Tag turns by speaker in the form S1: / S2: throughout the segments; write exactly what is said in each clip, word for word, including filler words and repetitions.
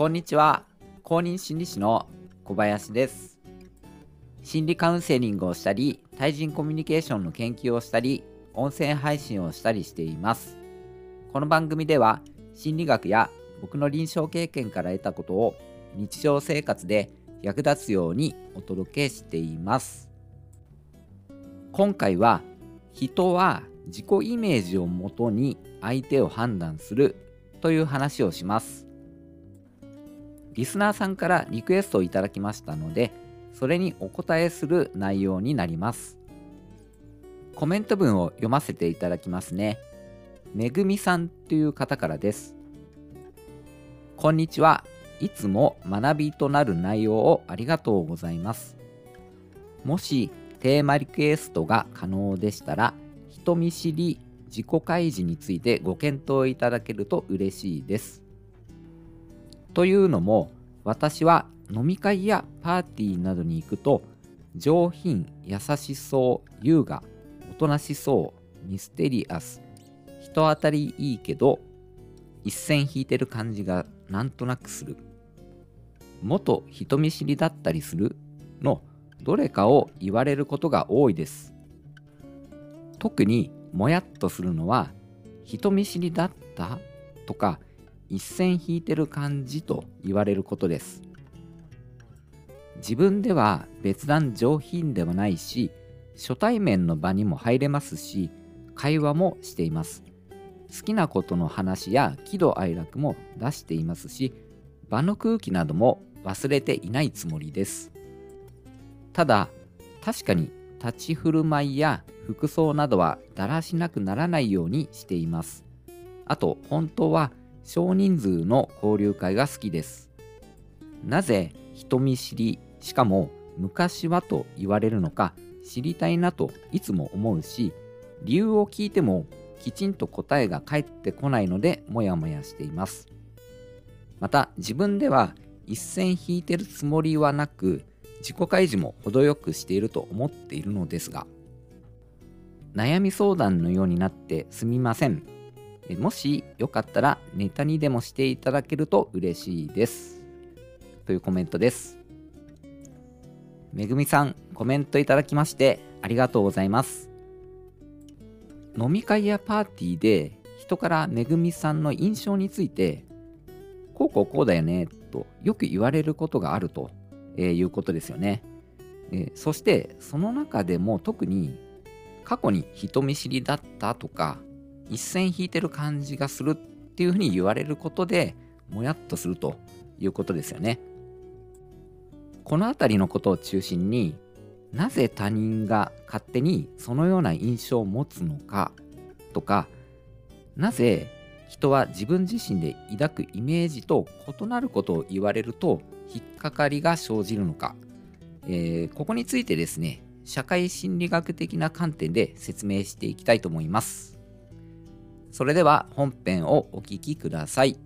S1: こんにちは。公認心理師の小林です。心理カウンセリングをしたり、対人コミュニケーションの研究をしたり、音声配信をしたりしています。この番組では、心理学や僕の臨床経験から得たことを日常生活で役立つようにお届けしています。今回は、人は自己イメージをもとに相手を判断するという話をします。リスナーさんからリクエストをいただきましたので、それにお答えする内容になります。コメント文を読ませていただきますね。めぐみさんという方からです。こんにちは。いつも学びとなる内容をありがとうございます。もしテーマリクエストが可能でしたら、人見知り、自己開示についてご検討いただけると嬉しいです。というのも、私は飲み会やパーティーなどに行くと、上品、優しそう、優雅、おとなしそう、ミステリアス、人当たりいいけど、一線引いてる感じがなんとなくする。元人見知りだったりするのどれかを言われることが多いです。特にもやっとするのは、人見知りだったとか、一線引いてる感じと言われることです。自分では別段上品でもないし、初対面の場にも入れますし、会話もしています。好きなことの話や喜怒哀楽も出していますし、場の空気なども忘れていないつもりです。ただ、確かに立ち振る舞いや服装などはだらしなくならないようにしています。あと、本当は少人数の交流会が好きです。なぜ人見知り、しかも昔はと言われるのか知りたいなといつも思うし、理由を聞いてもきちんと答えが返ってこないのでモヤモヤしています。また自分では一線引いてるつもりはなく、自己開示も程よくしていると思っているのですが、悩み相談のようになってすみません。もしよかったらネタにでもしていただけると嬉しいです。というコメントです。めぐみさん、コメントいただきましてありがとうございます。飲み会やパーティーで人からめぐみさんの印象について、こうこうこうだよねとよく言われることがあると、えー、いうことですよね。えー、そしてその中でも特に過去に人見知りだったとか、一線引いてる感じがするっていうふうに言われることでもやっとするということですよね。このあたりのことを中心に、なぜ他人が勝手にそのような印象を持つのかとか、なぜ人は自分自身で抱くイメージと異なることを言われると引っかかりが生じるのか、えー、ここについてですね、社会心理学的な観点で説明していきたいと思います。それでは本編をお聞きください。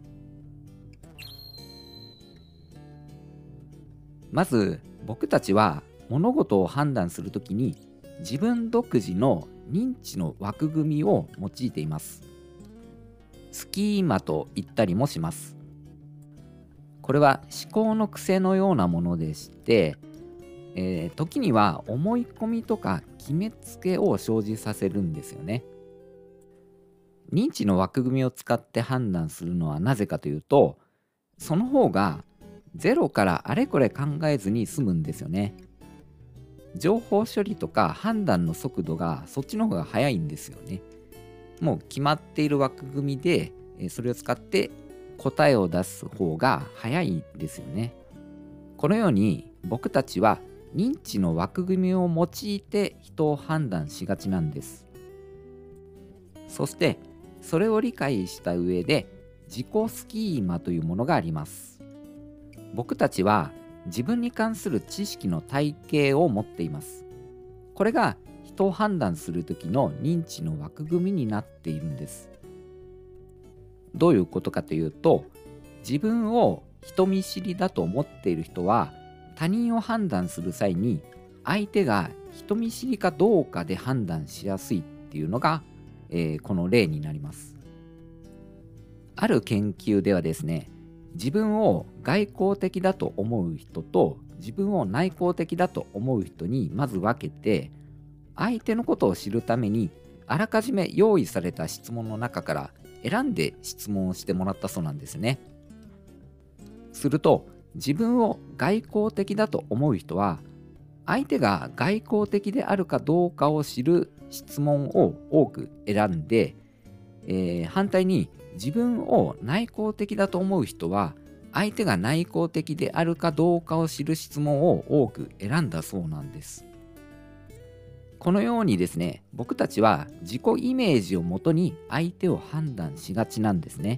S1: まず、僕たちは物事を判断するときに自分独自の認知の枠組みを用いています。スキーマと言ったりもします。これは思考の癖のようなものでして、えー、時には思い込みとか決めつけを生じさせるんですよね。認知の枠組みを使って判断するのはなぜかというと、その方がゼロからあれこれ考えずに済むんですよね。情報処理とか判断の速度がそっちの方が早いんですよね。もう決まっている枠組みでそれを使って答えを出す方が早いんですよね。このように僕たちは認知の枠組みを用いて人を判断しがちなんです。そしてそれを理解した上で自己スキーマというものがあります。僕たちは自分に関する知識の体系を持っています。これが人を判断する時の認知の枠組みになっているんです。どういうことかというと、自分を人見知りだと思っている人は他人を判断する際に相手が人見知りかどうかで判断しやすいっていうのがえー、この例になります。ある研究ではですね、 自分を外向的だと思う人と自分を内向的だと思う人にまず分けて、相手のことを知るためにあらかじめ用意された質問の中から選んで質問をしてもらったそうなんですね。すると、自分を外向的だと思う人は相手が外向的であるかどうかを知る質問を多く選んで、えー反対に自分を内向的だと思う人は相手が内向的であるかどうかを知る質問を多く選んだそうなんです。このようにですね、僕たちは自己イメージをもとに相手を判断しがちなんですね。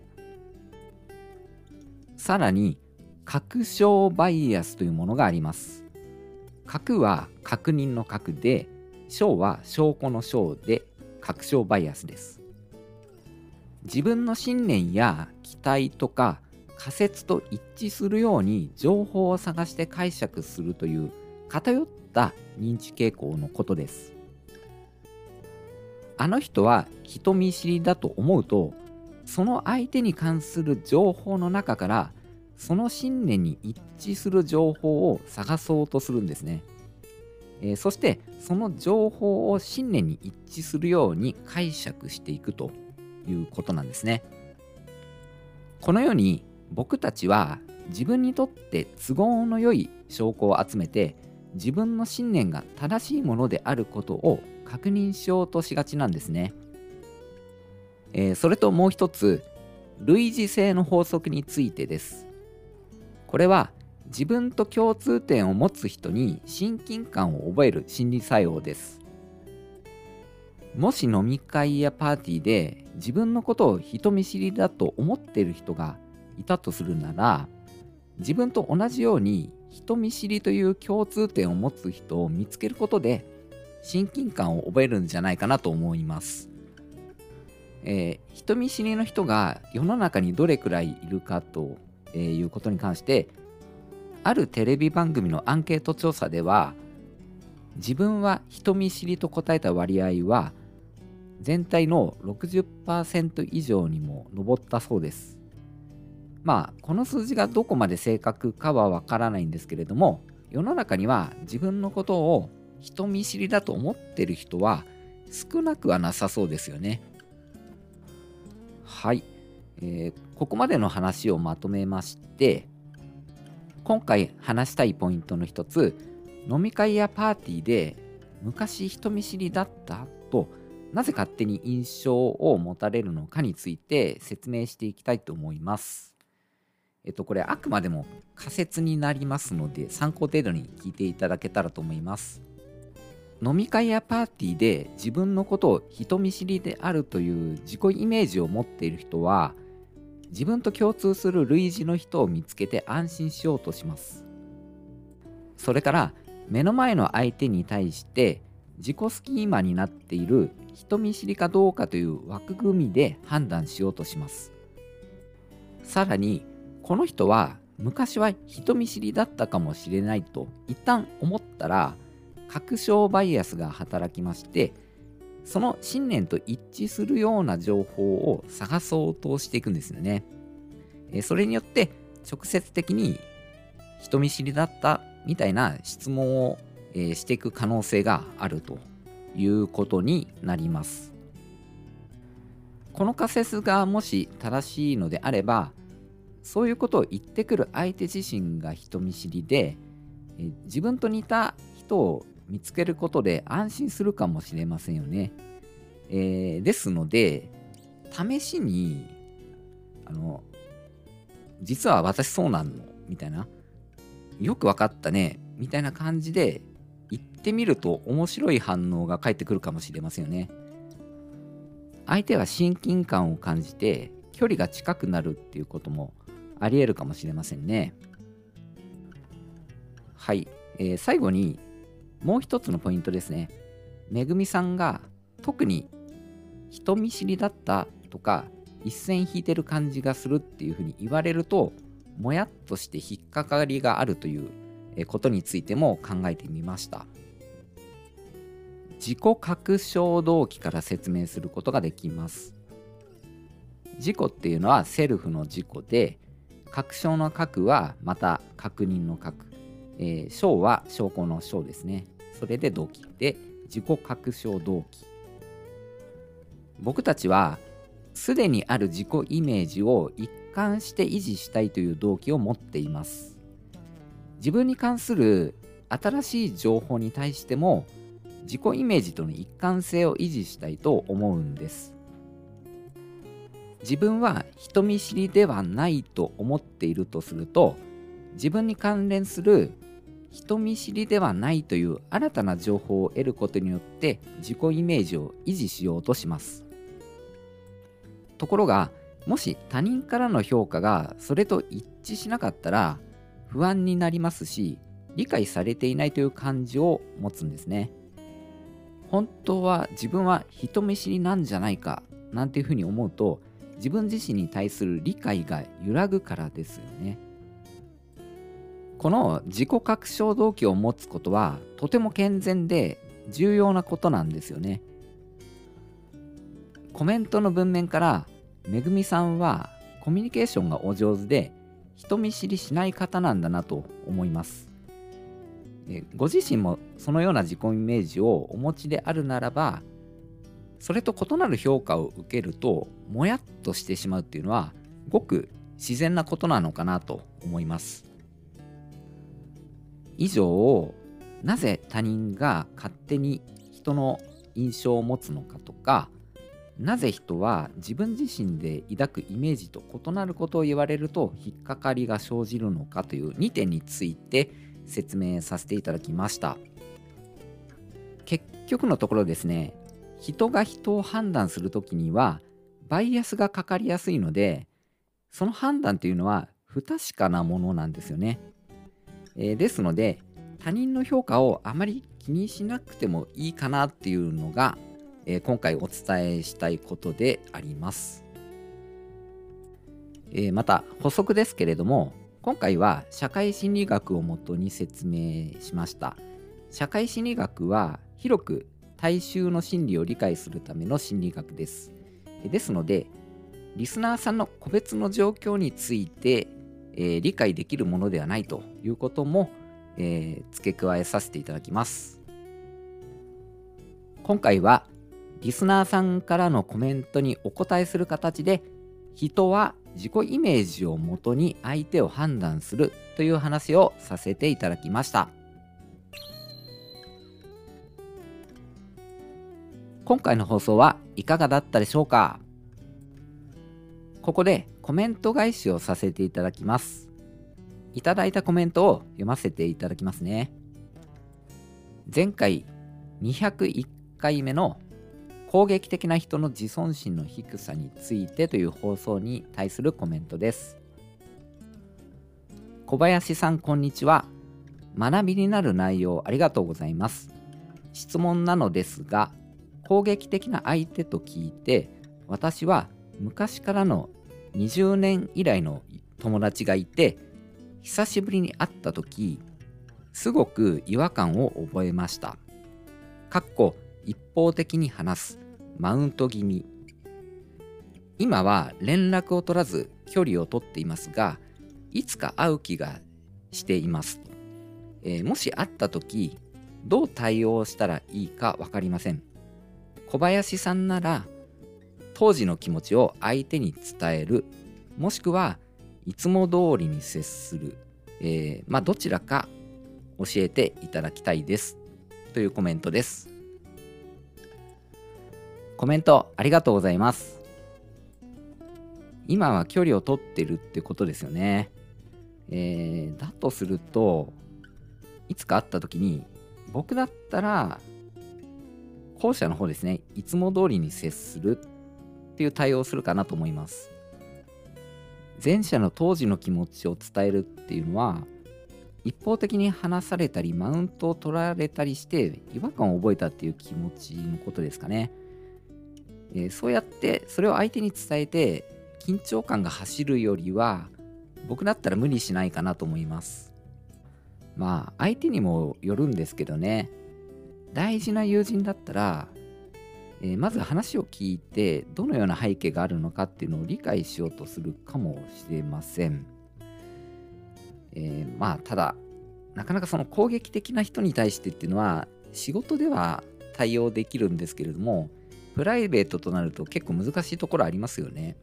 S1: さらに、確証バイアスというものがあります。確は確認の確で、証は証拠の証で、確証バイアスです。自分の信念や期待とか仮説と一致するように情報を探して解釈するという偏った認知傾向のことです。あの人は人見知りだと思うと、その相手に関する情報の中からその信念に一致する情報を探そうとするんですね。えーそしてその情報を信念に一致するように解釈していくということなんですね。このように僕たちは自分にとって都合の良い証拠を集めて、自分の信念が正しいものであることを確認しようとしがちなんですね。えーそれともう一つ、類似性の法則についてです。これは自分と共通点を持つ人に親近感を覚える心理作用です。もし飲み会やパーティーで自分のことを人見知りだと思っている人がいたとするなら、自分と同じように人見知りという共通点を持つ人を見つけることで親近感を覚えるんじゃないかなと思います。えー人見知りの人が世の中にどれくらいいるかとえーいうことに関して、あるテレビ番組のアンケート調査では、自分は人見知りと答えた割合は全体の ろくじゅっパーセント 以上にも上ったそうです。まあこの数字がどこまで正確かはわからないんですけれども、世の中には自分のことを人見知りだと思ってる人は少なくはなさそうですよね。はい、えーここまでの話をまとめまして、今回話したいポイントの一つ、飲み会やパーティーで昔人見知りだったとなぜ勝手に印象を持たれるのかについて説明していきたいと思います。えっとこれあくまでも仮説になりますので、参考程度に聞いていただけたらと思います。飲み会やパーティーで自分のことを人見知りであるという自己イメージを持っている人は、自分と共通する類似の人を見つけて安心しようとします。それから目の前の相手に対して自己スキーマになっている人見知りかどうかという枠組みで判断しようとします。さらにこの人は昔は人見知りだったかもしれないと一旦思ったら、確証バイアスが働きまして、その信念と一致するような情報を探そうとしていくんですよね。えーそれによって直接的に人見知りだったみたいな質問を、えーしていく可能性があるということになります。この仮説がもし正しいのであれば、そういうことを言ってくる相手自身が人見知りで、えー自分と似た人を見つけることで安心するかもしれませんよね。えーですので、試しに、あの、実は私そうなんのみたいな、よくわかったねみたいな感じで言ってみると面白い反応が返ってくるかもしれませんよね。相手は親近感を感じて距離が近くなるっていうこともあり得るかもしれませんね。はい、えー最後にもう一つのポイントですね。めぐみさんが特に人見知りだったとか一線引いてる感じがするっていうふうに言われると、もやっとして引っかかりがあるというえーことについても考えてみました。自己確証動機から説明することができます。自己っていうのはセルフの自己で、 確証の確はまた確認の確、えー、証は証拠の証ですね。それで動機で自己確証動機。僕たちはすでにある自己イメージを一貫して維持したいという動機を持っています。自分に関する新しい情報に対しても自己イメージとの一貫性を維持したいと思うんです。自分は人見知りではないと思っているとすると、自分に関連する人見知りではないという新たな情報を得ることによって自己イメージを維持しようとします。ところが、もし他人からの評価がそれと一致しなかったら不安になりますし、理解されていないという感じを持つんですね。本当は自分は人見知りなんじゃないかなんていうふうに思うと、自分自身に対する理解が揺らぐからですよね。この自己確証動機を持つことはとても健全で重要なことなんですよね。コメントの文面からめぐみさんはコミュニケーションがお上手で人見知りしない方なんだなと思います。ご自身もそのような自己イメージをお持ちであるならば、それと異なる評価を受けるともやっとしてしまうっていうのはごく自然なことなのかなと思います。以上、なぜ他人が勝手に人の印象を持つのかとか、なぜ人は自分自身で抱くイメージと異なることを言われると引っかかりが生じるのかというにてんについて説明させていただきました。結局のところですね、人が人を判断するときにはバイアスがかかりやすいので、その判断というのは不確かなものなんですよね。えー、ですので他人の評価をあまり気にしなくてもいいかなっていうのが、えー、今回お伝えしたいことであります。えー、また補足ですけれども、今回は社会心理学をもとに説明しました。社会心理学は広く大衆の心理を理解するための心理学です。ですので、リスナーさんの個別の状況について、えー、理解できるものではないということも、えー、付け加えさせていただきます。今回はリスナーさんからのコメントにお答えする形で、人は自己イメージをもとに相手を判断するという話をさせていただきました。今回の放送はいかがだったでしょうか。ここでコメント返しをさせていただきます。いただいたコメントを読ませていただきますね。前回にひゃくいっかいめの攻撃的な人の自尊心の低さについてという放送に対するコメントです。小林さん、こんにちは。学びになる内容ありがとうございます。質問なのですが、攻撃的な相手と聞いて、私は昔からのにじゅうねん以来の友達がいて、久しぶりに会った時、すごく違和感を覚えました。かっこ一方的に話す、マウント気味。今は連絡を取らず距離を取っていますが、いつか会う気がしています。えー、もし会った時、どう対応したらいいか分かりません。小林さんなら当時の気持ちを相手に伝える、もしくはいつも通りに接する、えー、まあどちらか教えていただきたいですというコメントです。コメントありがとうございます。今は距離を取ってるってことですよね。えー、だとすると、いつか会った時に僕だったら後者の方ですね、いつも通りに接するっていう対応をするかなと思います。前者の当時の気持ちを伝えるっていうのは、一方的に話されたりマウントを取られたりして違和感を覚えたっていう気持ちのことですかね。えー、そうやってそれを相手に伝えて緊張感が走るよりは、僕だったら無理しないかなと思います。まあ相手にもよるんですけどね、大事な友人だったら、えー、まず話を聞いてどのような背景があるのかっていうのを理解しようとするかもしれません。 えーまあただなかなかその攻撃的な人に対してっていうのは仕事では対応できるんですけれども、プライベートとなると結構難しいところありますよね。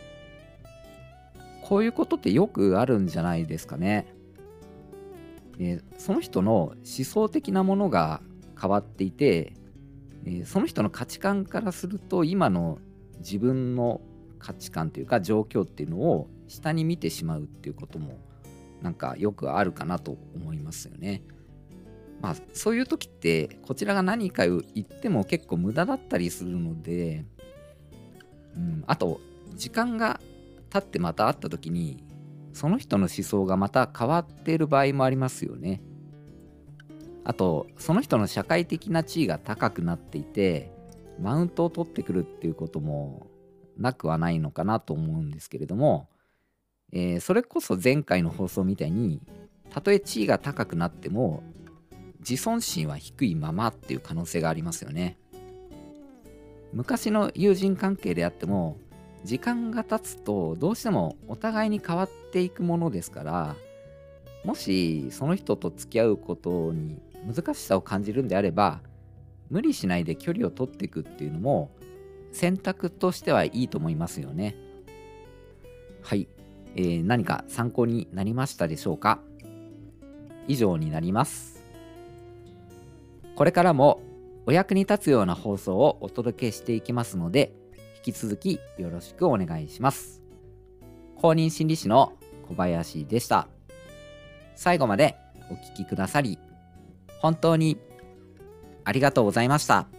S1: こういうことってよくあるんじゃないですかね。えーその人の思想的なものが変わっていて、えーその人の価値観からすると今の自分の価値観というか状況っていうのを下に見てしまうっていうこともなんかよくあるかなと思いますよね。まあそういう時ってこちらが何か言っても結構無駄だったりするので、うん、あと時間が経ってまた会った時にその人の思想がまた変わっている場合もありますよね。あとその人の社会的な地位が高くなっていてマウントを取ってくるっていうこともなくはないのかなと思うんですけれども、えーそれこそ前回の放送みたいにたとえ地位が高くなっても自尊心は低いままっていう可能性がありますよね。昔の友人関係であっても時間が経つとどうしてもお互いに変わっていくものですから、もしその人と付き合うことに難しさを感じるんであれば無理しないで距離を取っていくっていうのも選択としてはいいと思いますよね。はい、えー何か参考になりましたでしょうか。以上になります。これからもお役に立つような放送をお届けしていきますので、引き続きよろしくお願いします。公認心理師の小林でした。最後までお聞きくださり本当にありがとうございました。